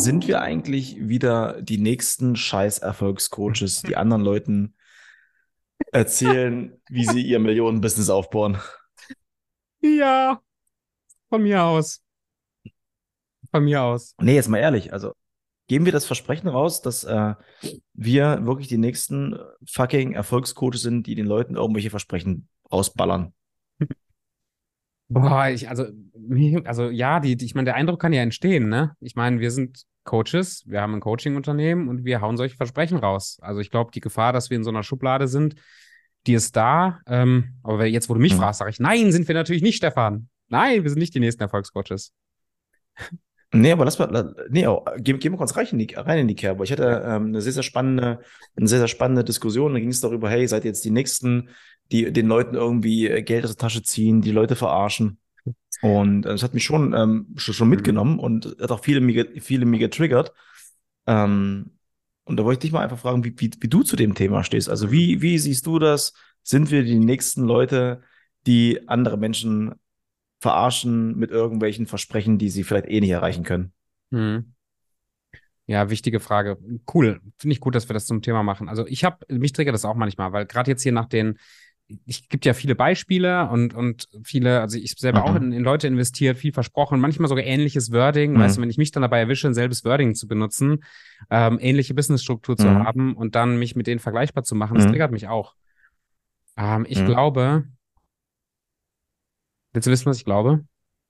sind wir eigentlich wieder die nächsten Scheiß-Erfolgscoaches, die anderen Leuten erzählen, wie sie ihr Millionen-Business aufbauen? Ja, von mir aus. Von mir aus. Nee, jetzt mal ehrlich, also geben wir das Versprechen raus, dass wir wirklich die nächsten fucking Erfolgscoaches sind, die den Leuten irgendwelche Versprechen rausballern. Boah, also ja, ich meine, der Eindruck kann ja entstehen, ne? Ich meine, wir sind Coaches, wir haben ein Coaching-Unternehmen und wir hauen solche Versprechen raus. Also ich glaube, die Gefahr, dass wir in so einer Schublade sind, die ist da. Aber jetzt, wo du mich Hm. fragst, sage ich, nein, sind wir natürlich nicht, Stefan. Nein, wir sind nicht die nächsten Erfolgscoaches. Nee, aber lass mal, nee, gehen wir kurz rein in die Kerbe. Ich Ja. hatte eine sehr, sehr spannende Diskussion. Da ging es darüber, hey, seid ihr jetzt die Nächsten, die den Leuten irgendwie Geld aus der Tasche ziehen, die Leute verarschen. Und das hat mich schon Mhm. mitgenommen und hat auch viele mir getriggert. Ähm, und da wollte ich dich mal einfach fragen, wie du zu dem Thema stehst. Also Mhm. wie siehst du das? Sind wir die nächsten Leute, die andere Menschen verarschen mit irgendwelchen Versprechen, die sie vielleicht eh nicht erreichen können? Mhm. Ja, wichtige Frage. Cool. Finde ich gut, dass wir das zum Thema machen. Also mich triggert das auch manchmal, weil gerade jetzt hier ich gibt ja viele Beispiele und viele, also ich selber auch Mhm. in Leute investiert, viel versprochen, manchmal sogar ähnliches Wording, weißt du, Mhm. wenn ich mich dann dabei erwische, ein selbes Wording zu benutzen, ähnliche Businessstruktur zu Mhm. haben und dann mich mit denen vergleichbar zu machen, das Mhm. triggert mich auch. Ich Mhm. glaube, willst du wissen, was ich glaube?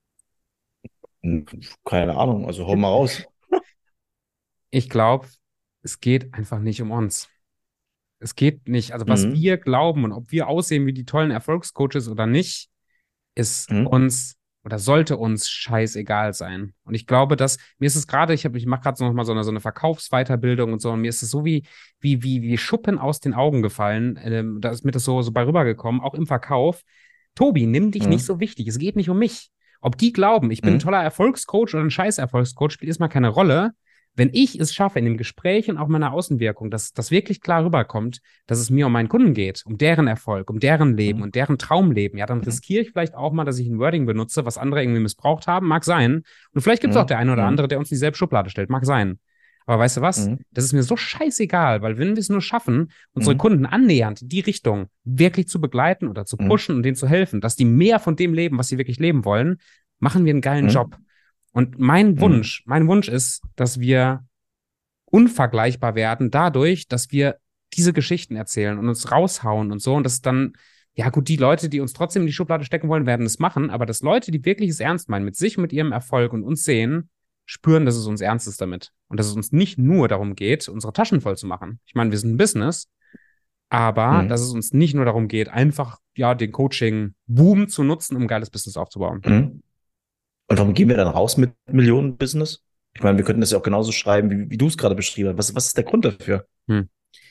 Keine Ahnung, also hau mal raus. Ich glaube, es geht einfach nicht um uns. Es geht nicht. Also was Mhm. wir glauben und ob wir aussehen wie die tollen Erfolgscoaches oder nicht, ist Mhm. uns oder sollte uns scheißegal sein. Und ich glaube, dass mir ist es gerade, ich mache gerade so noch mal so eine Verkaufsweiterbildung und so, und mir ist es so wie Schuppen aus den Augen gefallen. Da ist mir das so bei rübergekommen, auch im Verkauf. Tobi, nimm dich nicht Mhm. so wichtig. Es geht nicht um mich. Ob die glauben, ich bin ein Mhm. toller Erfolgscoach oder ein Scheiß-Erfolgscoach, spielt erstmal keine Rolle. Wenn ich es schaffe, in dem Gespräch und auch meiner Außenwirkung, dass das wirklich klar rüberkommt, dass es mir um meinen Kunden geht, um deren Erfolg, um deren Leben Mhm. und deren Traumleben, ja, dann Mhm. riskiere ich vielleicht auch mal, dass ich ein Wording benutze, was andere irgendwie missbraucht haben, mag sein. Und vielleicht gibt es auch der Mhm. eine oder Mhm. andere, der uns in dieselbe Schublade stellt, mag sein. Aber weißt du was? Mhm. Das ist mir so scheißegal, weil wenn wir es nur schaffen, unsere Mhm. Kunden annähernd in die Richtung wirklich zu begleiten oder zu Mhm. pushen und denen zu helfen, dass die mehr von dem leben, was sie wirklich leben wollen, machen wir einen geilen Job. Mhm. Und Mhm. Mein Wunsch ist, dass wir unvergleichbar werden dadurch, dass wir diese Geschichten erzählen und uns raushauen und so. Und das dann, ja gut, die Leute, die uns trotzdem in die Schublade stecken wollen, werden es machen. Aber dass Leute, die wirklich es ernst meinen mit sich und mit ihrem Erfolg und uns sehen, spüren, dass es uns ernst ist damit. Und dass es uns nicht nur darum geht, unsere Taschen voll zu machen. Ich meine, wir sind ein Business, aber dass Mhm. es uns nicht nur darum geht, einfach ja den Coaching-Boom zu nutzen, um ein geiles Business aufzubauen. Mhm. Und warum gehen wir dann raus mit Millionen-Business? Ich meine, wir könnten das ja auch genauso schreiben, wie du es gerade beschrieben hast. Was ist der Grund dafür? Hm.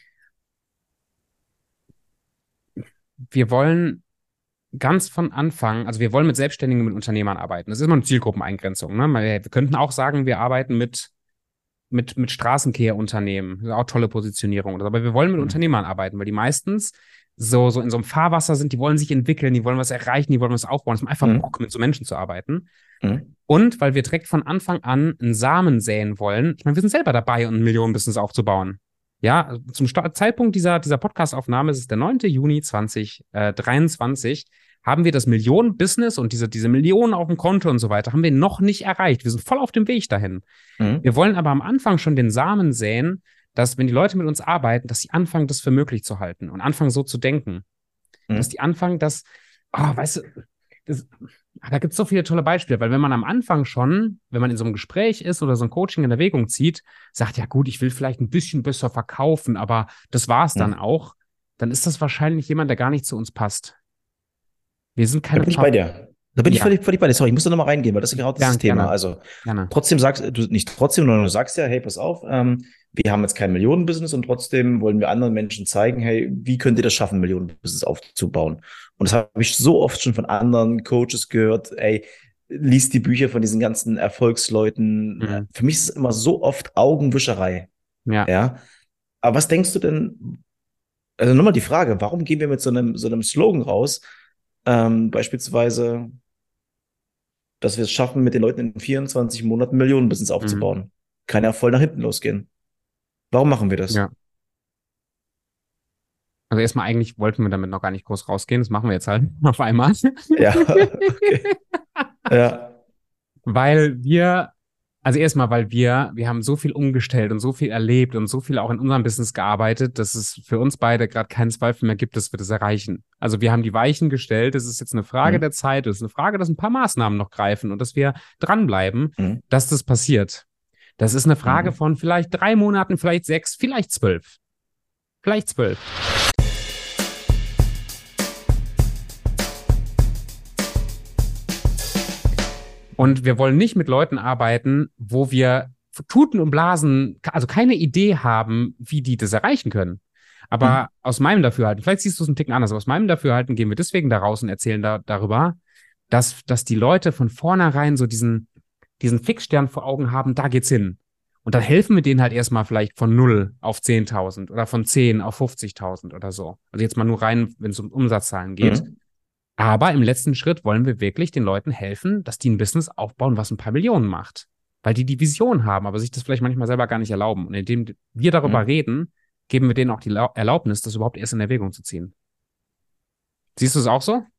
Wir wollen ganz von Anfang, also wir wollen mit Selbstständigen, mit Unternehmern arbeiten. Das ist immer eine Zielgruppeneingrenzung. Ne? Wir könnten auch sagen, wir arbeiten mit Straßenkehrunternehmen. Das ist auch tolle Positionierung. Oder so. Aber wir wollen mit Mhm. Unternehmern arbeiten, weil die meistens so in so einem Fahrwasser sind, die wollen sich entwickeln, die wollen was erreichen, die wollen was aufbauen. Es macht einfach Mhm. Bock, mit so Menschen zu arbeiten. Mhm. Und weil wir direkt von Anfang an einen Samen säen wollen. Ich meine, wir sind selber dabei, ein Millionenbusiness aufzubauen. Ja, also Zeitpunkt dieser Podcastaufnahme, es ist der 9. Juni 2023, haben wir das Millionen-Business und diese Millionen auf dem Konto und so weiter, haben wir noch nicht erreicht. Wir sind voll auf dem Weg dahin. Mhm. Wir wollen aber am Anfang schon den Samen säen, dass, wenn die Leute mit uns arbeiten, dass sie anfangen, das für möglich zu halten und anfangen, so zu denken. Dass Mhm. die anfangen, weißt du, das, da gibt es so viele tolle Beispiele, weil wenn man am Anfang schon, wenn man in so einem Gespräch ist oder so ein Coaching in Erwägung zieht, sagt, ja gut, ich will vielleicht ein bisschen besser verkaufen, aber das war es dann Mhm. auch, dann ist das wahrscheinlich jemand, der gar nicht zu uns passt. Wir sind Da keine bin ich bei dir. Da bin ich Ja, völlig bei dir. Sorry, ich muss da nochmal reingehen, weil das ist genau dieses Thema. gerne, Also gerne. trotzdem sagst du nicht trotzdem, sondern du sagst ja, hey, pass auf, wir haben jetzt kein Millionenbusiness und trotzdem wollen wir anderen Menschen zeigen, hey, wie könnt ihr das schaffen, ein Millionenbusiness aufzubauen? Und das habe ich so oft schon von anderen Coaches gehört, ey, lies die Bücher von diesen ganzen Erfolgsleuten. Mhm. Für mich ist es immer so oft Augenwischerei. Ja. Ja. Aber was denkst du denn, also nochmal die Frage, warum gehen wir mit so einem Slogan raus? Beispielsweise, dass wir es schaffen, mit den Leuten in 24 Monaten ein Millionenbusiness Mhm. aufzubauen. kann ja voll nach hinten losgehen. Warum machen wir das? Ja. Also erstmal eigentlich wollten wir damit noch gar nicht groß rausgehen. Das machen wir jetzt halt auf einmal. Ja, okay. Ja. Weil wir, also erstmal, weil wir haben so viel umgestellt und so viel erlebt und so viel auch in unserem Business gearbeitet, dass es für uns beide gerade keinen Zweifel mehr gibt, dass wir das erreichen. Also wir haben die Weichen gestellt. Es ist jetzt eine Frage Mhm. der Zeit. Es ist eine Frage, dass ein paar Maßnahmen noch greifen und dass wir dranbleiben, Mhm. dass das passiert. Das ist eine Frage Mhm. von vielleicht 3 Monaten, vielleicht 6, vielleicht 12. Vielleicht 12. Und wir wollen nicht mit Leuten arbeiten, wo wir Tuten und Blasen, also keine Idee haben, wie die das erreichen können. Aber Mhm. aus meinem Dafürhalten, vielleicht siehst du es einen Ticken anders, aber aus meinem Dafürhalten gehen wir deswegen da raus und erzählen darüber, dass die Leute von vornherein so diesen Fixstern vor Augen haben, da geht's hin. Und dann helfen wir denen halt erstmal vielleicht von 0 auf 10.000 oder von 10 auf 50.000 oder so. Also jetzt mal nur rein, wenn es um Umsatzzahlen geht. Mhm. Aber im letzten Schritt wollen wir wirklich den Leuten helfen, dass die ein Business aufbauen, was ein paar Millionen macht. Weil die Vision haben, aber sich das vielleicht manchmal selber gar nicht erlauben. Und indem wir darüber Mhm. reden, geben wir denen auch die Erlaubnis, das überhaupt erst in Erwägung zu ziehen. Siehst du es auch so?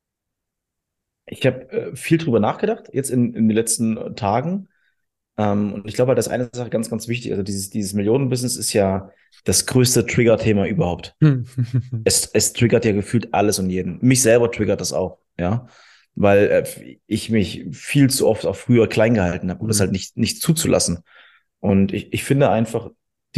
Ich habe viel drüber nachgedacht, jetzt in den letzten Tagen. Und ich glaube halt, dass eine Sache ganz, ganz wichtig, also dieses Millionenbusiness ist ja das größte Trigger-Thema überhaupt. Es triggert ja gefühlt alles und jeden. Mich selber triggert das auch, ja. Weil ich mich viel zu oft auch früher klein gehalten habe, um das halt nicht zuzulassen. Und ich finde einfach,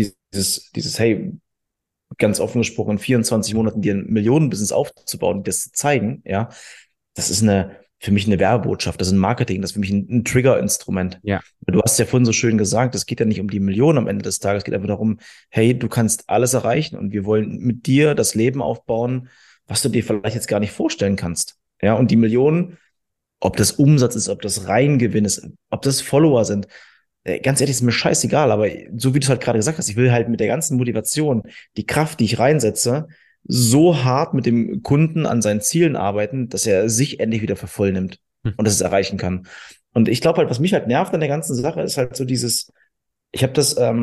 hey, ganz offen gesprochen, in 24 Monaten dir ein Millionenbusiness aufzubauen, das zu zeigen, ja, das ist für mich eine Werbebotschaft, das ist ein Marketing, das ist für mich ein Triggerinstrument. Ja, Du hast ja vorhin so schön gesagt, es geht ja nicht um die Millionen am Ende des Tages, es geht einfach darum, hey, du kannst alles erreichen und wir wollen mit dir das Leben aufbauen, was du dir vielleicht jetzt gar nicht vorstellen kannst. Ja, und die Millionen, ob das Umsatz ist, ob das Reingewinn ist, ob das Follower sind, ganz ehrlich, ist mir scheißegal, aber so wie du es halt gerade gesagt hast, ich will halt mit der ganzen Motivation, die Kraft, die ich reinsetze, so hart mit dem Kunden an seinen Zielen arbeiten, dass er sich endlich wieder für voll nimmt und dass es erreichen kann. Und ich glaube halt, was mich halt nervt an der ganzen Sache, ist halt so ich habe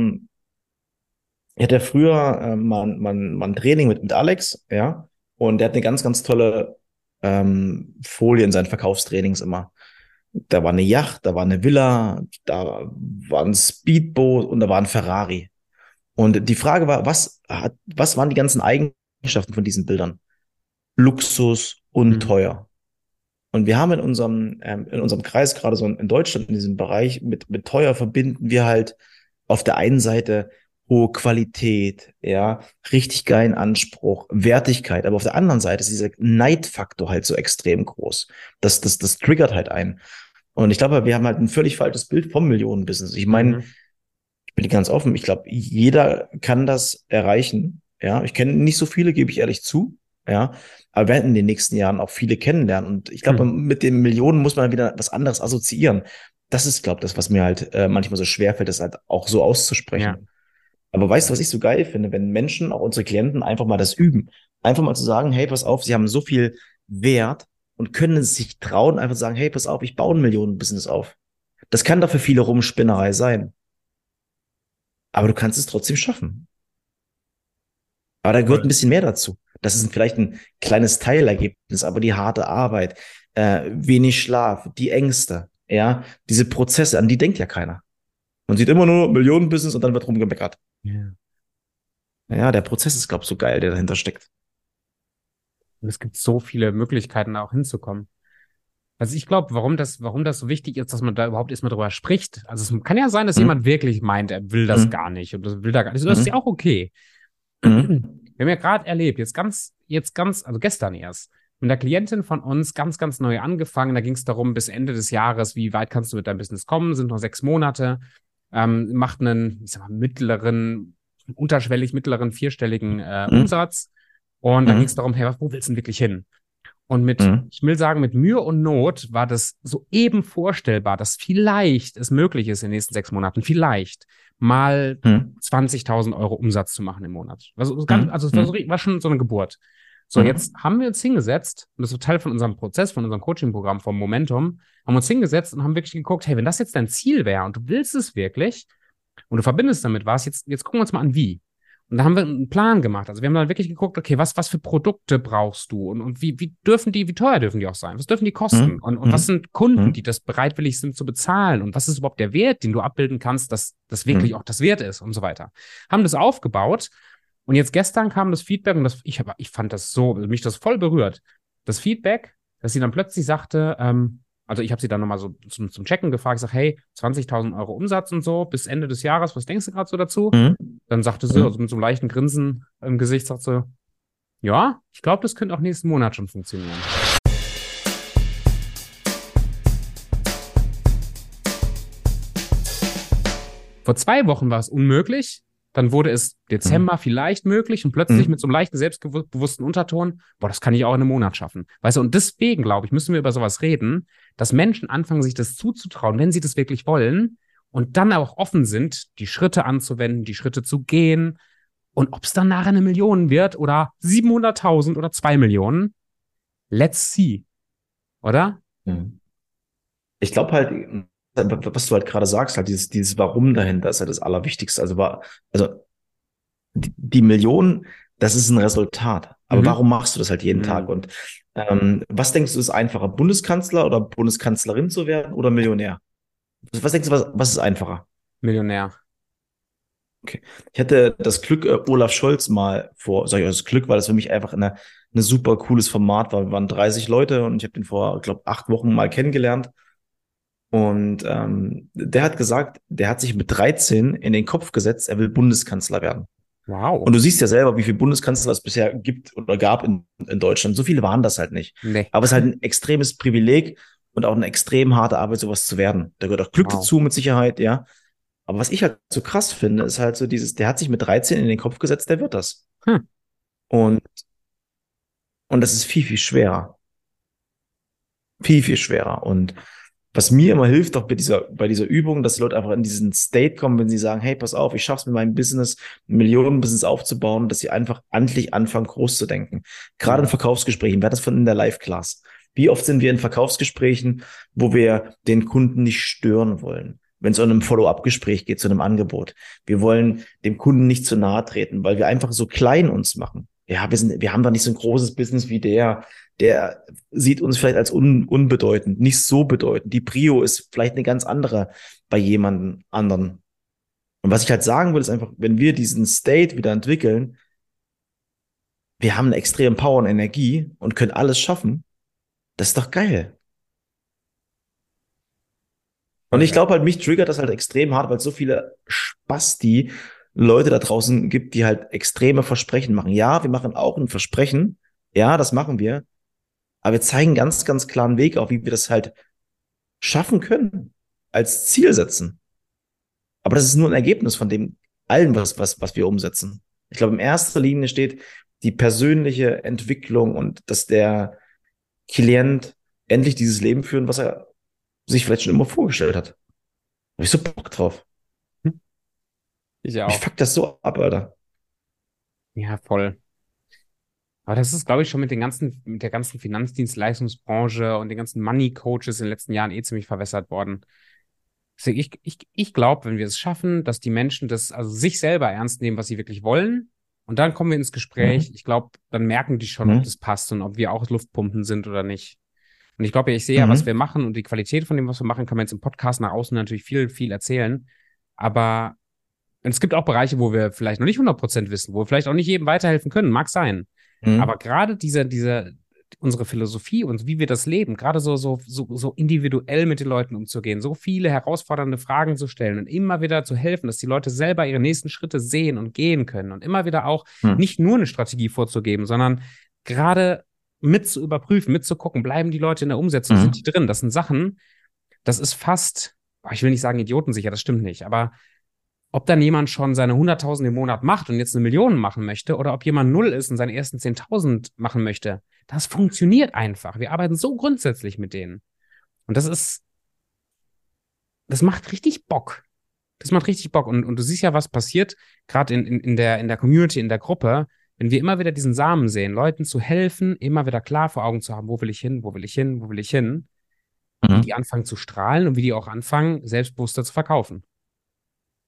ich hatte ja früher mal ein Training mit Alex, ja, und der hat eine ganz, ganz tolle Folie in seinen Verkaufstrainings immer. Da war eine Yacht, da war eine Villa, da war ein Speedboot und da war ein Ferrari. Und die Frage war, was waren die ganzen Eigenschaften von diesen Bildern? Luxus und teuer. Und wir haben in unserem Kreis, gerade so in Deutschland, in diesem Bereich, mit teuer verbinden wir halt auf der einen Seite hohe Qualität, ja, richtig geilen Anspruch, Wertigkeit, aber auf der anderen Seite ist dieser Neidfaktor halt so extrem groß. Das triggert halt einen. Und ich glaube, wir haben halt ein völlig falsches Bild vom Millionenbusiness. Ich meine, Mhm. ich bin ganz offen, ich glaube, jeder kann das erreichen. Ja, ich kenne nicht so viele, gebe ich ehrlich zu. Ja, aber wir werden in den nächsten Jahren auch viele kennenlernen. Und ich glaube, Mhm. mit den Millionen muss man wieder was anderes assoziieren. Das ist, glaube ich, das, was mir halt manchmal so schwerfällt, das halt auch so Ja. auszusprechen. Aber weißt du, was ich so geil finde, wenn Menschen, auch unsere Klienten, einfach mal das üben. Einfach mal zu sagen, hey, pass auf, sie haben so viel Wert und können es sich trauen, einfach zu sagen, hey, pass auf, ich baue ein Millionen-Business auf. Das kann doch für viele Rumspinnerei sein. Aber du kannst es trotzdem schaffen. Aber da gehört Voll. ein bisschen mehr dazu. Das ist vielleicht ein kleines Teilergebnis, aber die harte Arbeit, wenig Schlaf, die Ängste, ja, diese Prozesse, an die denkt ja keiner. Man sieht immer nur Millionenbusiness und dann wird rumgemeckert. Ja. Ja, der Prozess ist, glaube ich, so geil, der dahinter steckt. Und es gibt so viele Möglichkeiten, da auch hinzukommen. Also ich glaube, warum das so wichtig ist, dass man da überhaupt erstmal drüber spricht. Also es kann ja sein, dass Mhm. jemand wirklich meint, er will das gar Mhm. nicht und das will da gar nicht. Das ist ja Mhm. auch okay. Wir Mhm. haben ja gerade erlebt, also gestern erst, mit einer Klientin von uns ganz, ganz neu angefangen. Da ging es darum, bis Ende des Jahres, wie weit kannst du mit deinem Business kommen? Sind noch 6 Monate. Macht einen, ich sag mal, unterschwellig mittleren vierstelligen Mhm. Umsatz. Und da ging es Mhm. darum, hey, wo willst du denn wirklich hin? Und Mhm. ich will sagen, mit Mühe und Not war das so eben vorstellbar, dass vielleicht es möglich ist, in den nächsten 6 Monaten, vielleicht mal Mhm. 20.000 Euro Umsatz zu machen im Monat. Mhm. Also es war, Mhm. war schon so eine Geburt. So, jetzt Mhm. haben wir uns hingesetzt, und das ist Teil von unserem Prozess, von unserem Coaching-Programm, vom Momentum, haben uns hingesetzt und haben wirklich geguckt, hey, wenn das jetzt dein Ziel wäre und du willst es wirklich, Und du verbindest damit was, jetzt gucken wir uns mal an, wie. Und da haben wir einen Plan gemacht. Also wir haben dann wirklich geguckt, okay, was für Produkte brauchst du und wie teuer dürfen die auch sein? Was dürfen die kosten? Mhm. Und was Mhm. sind Kunden, Mhm. die das bereitwillig sind zu bezahlen? Und was ist überhaupt der Wert, den du abbilden kannst, dass das wirklich Mhm. auch das Wert ist und so weiter. Haben das aufgebaut und jetzt gestern kam das Feedback und ich fand das so, mich das voll berührt. Das Feedback, dass sie dann plötzlich sagte, also ich habe sie dann nochmal so zum Checken gefragt, ich sage, hey, 20.000 Euro Umsatz und so bis Ende des Jahres, was denkst du gerade so dazu? Mhm. Dann sagte sie, also Mhm. mit so einem leichten Grinsen im Gesicht, sagt sie, ja, ich glaube, das könnte auch nächsten Monat schon funktionieren. Vor 2 Wochen war es unmöglich. Dann wurde es Mhm. Dezember vielleicht möglich und plötzlich mit Mhm. so einem leichten, selbstbewussten Unterton, boah, das kann ich auch in einem Monat schaffen. Weißt du, und deswegen, glaube ich, müssen wir über sowas reden, dass Menschen anfangen, sich das zuzutrauen, wenn sie das wirklich wollen und dann auch offen sind, die Schritte anzuwenden, die Schritte zu gehen. Und ob es dann nachher 1 Million wird oder 700.000 oder 2 Millionen, let's see, oder? Mhm. Ich glaube halt, was du halt gerade sagst, halt dieses Warum dahinter ist halt das Allerwichtigste. Also die Million, das ist ein Resultat. Aber Mhm. warum machst du das halt jeden Tag? Mhm. Und was denkst du, ist einfacher, Bundeskanzler oder Bundeskanzlerin zu werden oder Millionär? Was denkst du, was ist einfacher? Millionär. Okay. Ich hatte das Glück, Olaf Scholz mal sag ich das Glück, weil das für mich einfach eine super cooles Format war. Wir waren 30 Leute und ich habe den vor, glaube 8 Wochen mal kennengelernt. Und der hat gesagt, der hat sich mit 13 in den Kopf gesetzt, er will Bundeskanzler werden. Und Wow. du siehst ja selber, wie viele Bundeskanzler es bisher gibt oder gab in Deutschland. So viele waren das halt nicht. Nee. Aber es ist halt ein extremes Privileg und auch eine extrem harte Arbeit, sowas zu werden. Da gehört auch Glück Wow. dazu, mit Sicherheit, ja. Aber was ich halt so krass finde, ist halt so der hat sich mit 13 in den Kopf gesetzt, der wird das. Hm. Und, und das ist viel, viel schwerer. Viel, viel schwerer. Und was mir immer hilft, auch bei dieser Übung, dass die Leute einfach in diesen State kommen, wenn sie sagen, hey, pass auf, ich schaff's mit meinem Business, ein Millionen-Business aufzubauen, dass sie einfach endlich anfangen, groß zu denken. Gerade in Mhm. Verkaufsgesprächen, wir hatten das von in der Live-Class. Wie oft sind wir in Verkaufsgesprächen, wo wir den Kunden nicht stören wollen? Wenn es um ein Follow-up-Gespräch geht, zu einem Angebot. Wir wollen dem Kunden nicht zu nahe treten, weil wir einfach so klein uns machen. Ja, wir haben da nicht so ein großes Business wie der sieht uns vielleicht als unbedeutend, nicht so bedeutend. Die Prio ist vielleicht eine ganz andere bei jemandem anderen. Und was ich halt sagen will, ist einfach, wenn wir diesen State wieder entwickeln, wir haben eine extreme Power und Energie und können alles schaffen, das ist doch geil. Und Voll ich geil. glaube halt, mich triggert das halt extrem hart, weil es so viele Spasti Leute da draußen gibt, die halt extreme Versprechen machen. Ja, wir machen auch ein Versprechen. Ja, das machen wir. Aber wir zeigen ganz, ganz klaren Weg auf, wie wir das halt schaffen können, als Ziel setzen. Aber das ist nur ein Ergebnis von dem allem, was wir umsetzen. Ich glaube, in erster Linie steht die persönliche Entwicklung und dass der Klient endlich dieses Leben führen, was er sich vielleicht schon immer vorgestellt hat. Da hab ich so Bock drauf. Hm. Ich Mich auch. fuckt das so ab, Alter. Ja, voll. Aber das ist, glaube ich, schon mit der ganzen Finanzdienstleistungsbranche und den ganzen Money Coaches in den letzten Jahren ziemlich verwässert worden. Deswegen, ich glaube, wenn wir es schaffen, dass die Menschen also sich selber ernst nehmen, was sie wirklich wollen, und dann kommen wir ins Gespräch, Mhm. ich glaube, dann merken die schon, ob Mhm. das passt und ob wir auch Luftpumpen sind oder nicht. Und ich glaube, ja, ich sehe ja, was wir Mhm. machen und die Qualität von dem, was wir machen, kann man jetzt im Podcast nach außen natürlich viel, viel erzählen. Aber es gibt auch Bereiche, wo wir vielleicht noch nicht 100% wissen, wo wir vielleicht auch nicht jedem weiterhelfen können, mag sein. Aber Mhm. gerade unsere Philosophie und wie wir das leben, gerade so individuell mit den Leuten umzugehen, so viele herausfordernde Fragen zu stellen und immer wieder zu helfen, dass die Leute selber ihre nächsten Schritte sehen und gehen können und immer wieder auch Mhm. nicht nur eine Strategie vorzugeben, sondern gerade mit zu überprüfen, mitzugucken, bleiben die Leute in der Umsetzung, sind die Mhm. drin? Das sind Sachen, das ist fast, ich will nicht sagen idiotensicher, das stimmt nicht, aber ob dann jemand schon seine 100.000 im Monat macht und jetzt 1 Million machen möchte oder ob jemand null ist und seine ersten 10.000 machen möchte, das funktioniert einfach. Wir arbeiten so grundsätzlich mit denen. Und das macht richtig Bock. Das macht richtig Bock. Und du siehst ja, was passiert, gerade in der Community, in der Gruppe, wenn wir immer wieder diesen Samen sehen, Leuten zu helfen, immer wieder klar vor Augen zu haben, wo will ich hin, wo will ich hin, wo will ich hin, wie die Mhm. anfangen zu strahlen und wie die auch anfangen, selbstbewusster zu verkaufen.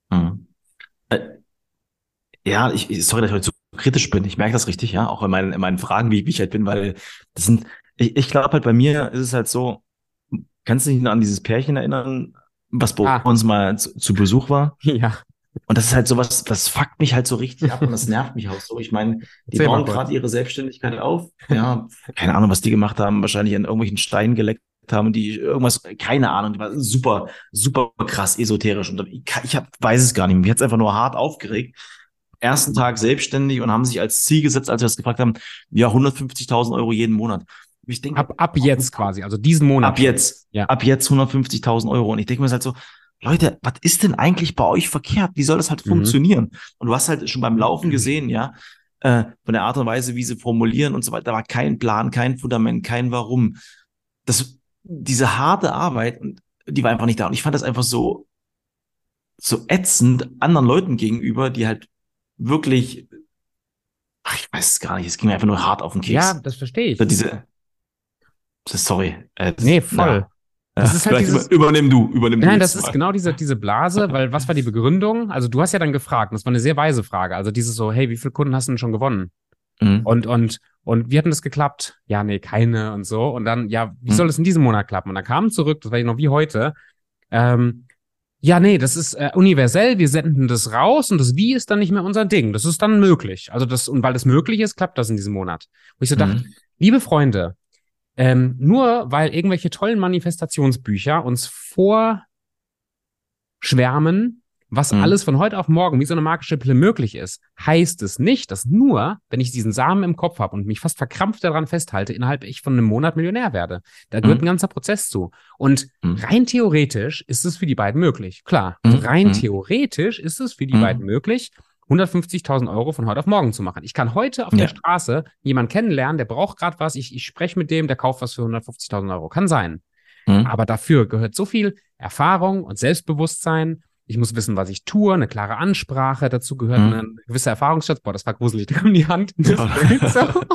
Mhm. Äh, Ja, sorry, dass ich heute so kritisch bin. Ich merke das richtig, ja, auch in meinen Fragen, wie ich halt bin, weil das sind, ich glaube halt bei mir ist es halt so, kannst du dich noch an dieses Pärchen erinnern, was bei Ah, uns mal zu Besuch war? ja. Und das ist halt sowas, das fuckt mich halt so richtig ab und das nervt mich auch so. Ich meine, die Erzähl mal bauen kurz. gerade ihre Selbstständigkeit auf. Ja, keine Ahnung, was die gemacht haben. Wahrscheinlich an irgendwelchen Steinen geleckt haben, die irgendwas, keine Ahnung, die war super, super krass esoterisch. Und weiß es gar nicht. Mich hat's einfach nur hart aufgeregt. Ersten Tag selbstständig und haben sich als Ziel gesetzt, als wir das gefragt haben, ja, 150.000 Euro jeden Monat. Und ich denke, Ab jetzt quasi, also diesen Monat schon. Ja. ab jetzt 150.000 Euro. Und ich denke mir halt so, Leute, was ist denn eigentlich bei euch verkehrt? Wie soll das halt Mhm. funktionieren? Und du hast halt schon beim Laufen gesehen, ja, von der Art und Weise, wie sie formulieren und so weiter, da war kein Plan, kein Fundament, kein Warum. Diese harte Arbeit, und die war einfach nicht da. Und ich fand das einfach so ätzend anderen Leuten gegenüber, die halt wirklich, ach, ich weiß es gar nicht, es ging mir einfach nur hart auf den Ja, Keks. das verstehe So ich. sorry, Nee, voll. ja, Das ist halt vielleicht dieses, übernimm du nein, jetzt das ist mal. genau diese Blase, weil was war die Begründung? Also du hast ja dann gefragt, und das war eine sehr weise Frage. Also dieses so, hey, wie viele Kunden hast du denn schon gewonnen? Mhm. Und wie hat denn das geklappt? Ja, nee, keine und so. Und dann, ja, wie soll Mhm. es in diesem Monat klappen? Und dann kam zurück, das war ich noch wie heute, ähm, ja, nee, das ist universell, wir senden das raus und das Wie ist dann nicht mehr unser Ding. Das ist dann möglich. Also das, und weil das möglich ist, klappt das in diesem Monat. Wo ich so dachte, Mhm. liebe Freunde, nur weil irgendwelche tollen Manifestationsbücher uns vorschwärmen, was alles Mhm. von heute auf morgen wie so eine magische Pille möglich ist, heißt es nicht, dass nur, wenn ich diesen Samen im Kopf habe und mich fast verkrampft daran festhalte, innerhalb ich von einem Monat Millionär werde. Da gehört ein Mhm. ganzer Prozess zu. Und Mhm. rein theoretisch ist es für die beiden möglich. Klar, also Mhm. rein Mhm. theoretisch ist es für die beiden Mhm. möglich, 150.000 Euro von heute auf morgen zu machen. Ich kann heute auf der Ja. Straße jemanden kennenlernen, der braucht gerade was, ich spreche mit dem, der kauft was für 150.000 Euro. Kann sein. Mhm. Aber dafür gehört so viel Erfahrung und Selbstbewusstsein. Ich muss wissen, was ich tue, eine klare Ansprache. Dazu gehört Mhm. ein gewisser Erfahrungsschatz. Boah, das war gruselig. Da kam die Hand in das Bild. So. Ja.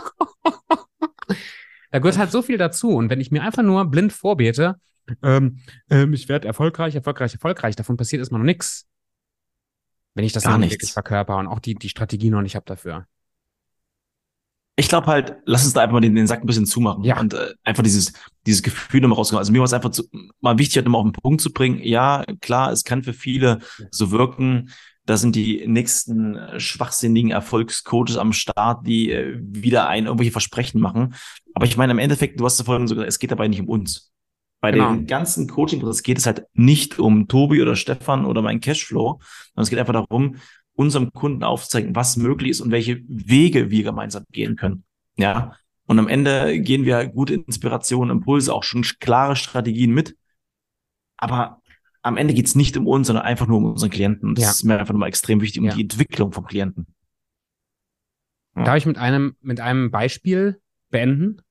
Da gehört halt so viel dazu. Und wenn ich mir einfach nur blind vorbete, ich werde erfolgreich, erfolgreich, erfolgreich, davon passiert erstmal noch nichts, wenn ich das noch Gar nicht wirklich nichts. verkörper und auch die Strategie noch nicht habe dafür. Ich glaube halt, lass uns da einfach mal den Sack ein bisschen zumachen Ja, und einfach dieses Gefühl nochmal rauskommen. Also mir war es einfach mal wichtig, halt nochmal auf den Punkt zu bringen. Ja, klar, es kann für viele so wirken, da sind die nächsten schwachsinnigen Erfolgscoaches am Start, die wieder irgendwelche Versprechen machen. Aber ich meine, im Endeffekt, du hast ja vorhin so gesagt, es geht dabei nicht um uns. Bei genau. dem ganzen Coaching-Prozess geht es halt nicht um Tobi oder Stefan oder meinen Cashflow, sondern es geht einfach darum, unserem Kunden aufzuzeigen, was möglich ist und welche Wege wir gemeinsam gehen können. Ja. Und am Ende gehen wir gute Inspirationen, Impulse, auch schon klare Strategien mit. Aber am Ende geht es nicht um uns, sondern einfach nur um unseren Klienten. Und das Ja, ist mir einfach nochmal extrem wichtig, um ja. die Entwicklung vom Klienten. Darf Ja. ich mit einem Beispiel beenden?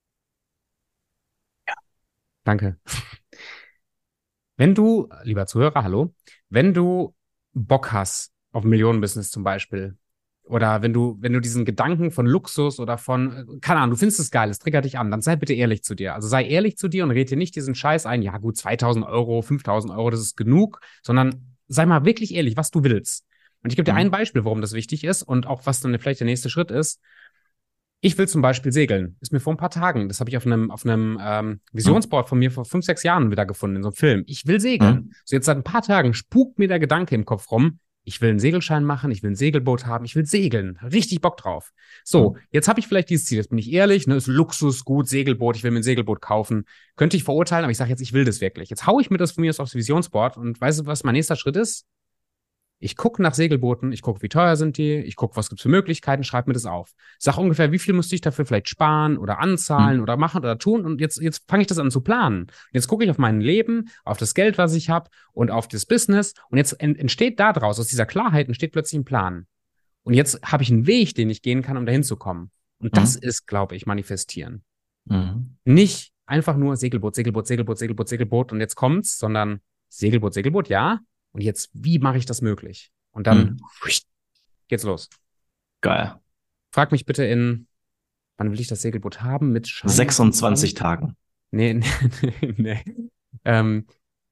Danke. Wenn du, lieber Zuhörer, hallo, wenn du Bock hast auf ein Millionenbusiness zum Beispiel, oder wenn du diesen Gedanken von Luxus oder von, keine Ahnung, du findest es geil, es triggert dich an, dann sei bitte ehrlich zu dir. Also sei ehrlich zu dir und red dir nicht diesen Scheiß ein, ja gut, 2.000 Euro, 5.000 Euro, das ist genug, sondern sei mal wirklich ehrlich, was du willst. Und ich gebe dir ein Mhm. Beispiel, warum das wichtig ist und auch was dann vielleicht der nächste Schritt ist. Ich will zum Beispiel segeln. Ist mir vor ein paar Tagen, das habe ich auf einem Mhm. Visionsboard von mir vor 5, 6 Jahren wieder gefunden, in so einem Film. Ich will segeln. Mhm. So jetzt seit ein paar Tagen spukt mir der Gedanke im Kopf rum, ich will einen Segelschein machen, ich will ein Segelboot haben, ich will segeln. Richtig Bock drauf. So, Mhm. jetzt habe ich vielleicht dieses Ziel, jetzt bin ich ehrlich, ne, ist Luxus, gut, Segelboot, ich will mir ein Segelboot kaufen. Könnte ich verurteilen, aber ich sage jetzt, ich will das wirklich. Jetzt haue ich mir das von mir aus aufs Visionsboard und weißt du, was mein nächster Schritt ist? Ich gucke nach Segelbooten, ich gucke, wie teuer sind die, ich gucke, was gibt's für Möglichkeiten, schreibe mir das auf. Sag ungefähr, wie viel müsste ich dafür vielleicht sparen oder anzahlen Mhm. oder machen oder tun. Und jetzt fange ich das an zu planen. Jetzt gucke ich auf mein Leben, auf das Geld, was ich habe und auf das Business. Und jetzt entsteht daraus, aus dieser Klarheit, entsteht plötzlich ein Plan. Und jetzt habe ich einen Weg, den ich gehen kann, um dahin zu kommen. Und das Mhm. ist, glaube ich, manifestieren. Mhm. Nicht einfach nur Segelboot, Segelboot, Segelboot, Segelboot, Segelboot und jetzt kommt's, sondern Segelboot, Segelboot, ja. Und jetzt, wie mache ich das möglich? Und dann Mhm. geht's los. Geil. Frag mich bitte wann will ich das Segelboot haben? Mit Schein machen und allem? 26 Tagen. Nee, nee, nee. nee. Ähm,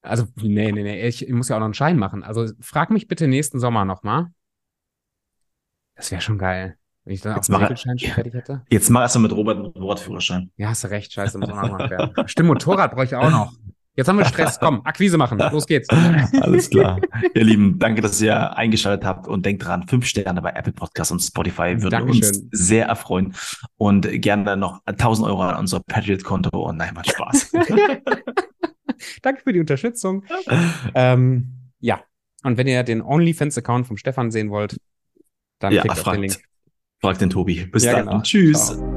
Also, nee. Ich muss ja auch noch einen Schein machen. Also, frag mich bitte nächsten Sommer nochmal. Das wäre schon geil, wenn ich dann auch Jetzt einen mach, Segelschein schon fertig hätte. jetzt mach erst mal mit Robert einen Motorradführerschein. Ja, hast du recht. Scheiße, muss auch noch gemacht werden. Stimmt, Motorrad brauche ich auch noch. Jetzt haben wir Stress. Komm, Akquise machen. Los geht's. Alles klar. Ihr Lieben, danke, dass ihr eingeschaltet habt und denkt dran, 5 Sterne bei Apple Podcasts und Spotify würden uns Dankeschön. sehr erfreuen und gerne noch 1.000 € an unser Patriot-Konto und nein, macht Spaß. Danke für die Unterstützung. Ja, und wenn ihr den OnlyFans-Account vom Stefan sehen wollt, dann Ja, klickt auf den Link. fragt den Tobi. Bis Ja, dann. genau. Tschüss. Ciao.